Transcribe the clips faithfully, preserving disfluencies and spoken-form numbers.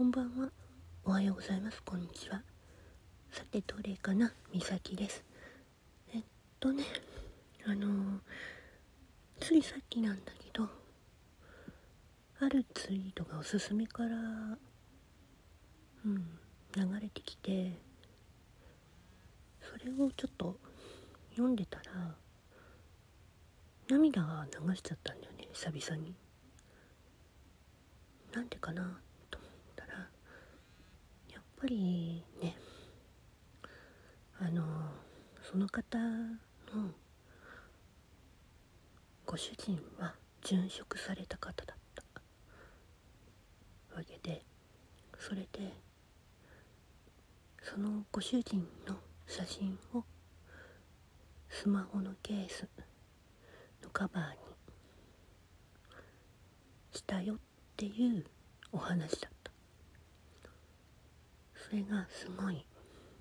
こんばんは。おはようございます。こんにちは。さてどれかな、みさきです。えっとねあのー、ついさっきなんだけど、あるツイートがおすすめからうん流れてきて、それをちょっと読んでたら涙が流しちゃったんだよね、久々に。なんでかなと思ったら、やっぱりね、あのー、その方のご主人は殉職された方だったわけで、それでそのご主人の写真をスマホのケースのカバーにしたよっていうお話だった。それがすごい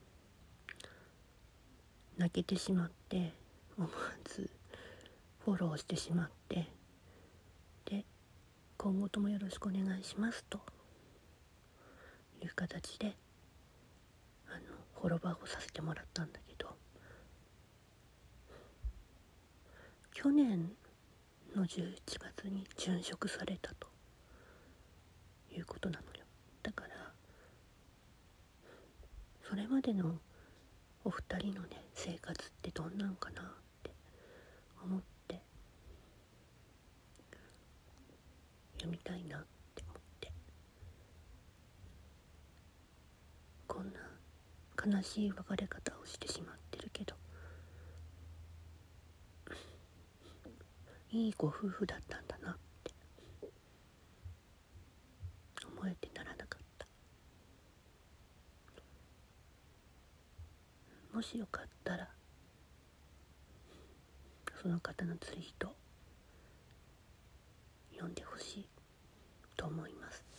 泣けてしまって、思わずフォローしてしまって、で今後ともよろしくお願いしますという形であのフォロバーをさせてもらったんだけど、去年のじゅういちがつに殉職されたということなのよ。だからそれまでのお二人のね生活ってどんなんかなって思って読みたいなって思って、こんな悲しい別れ方をしてしまってるけど、いいご夫婦だったんだなって思えてならなかった。もしよかったらその方のツイート読んでほしいと思います。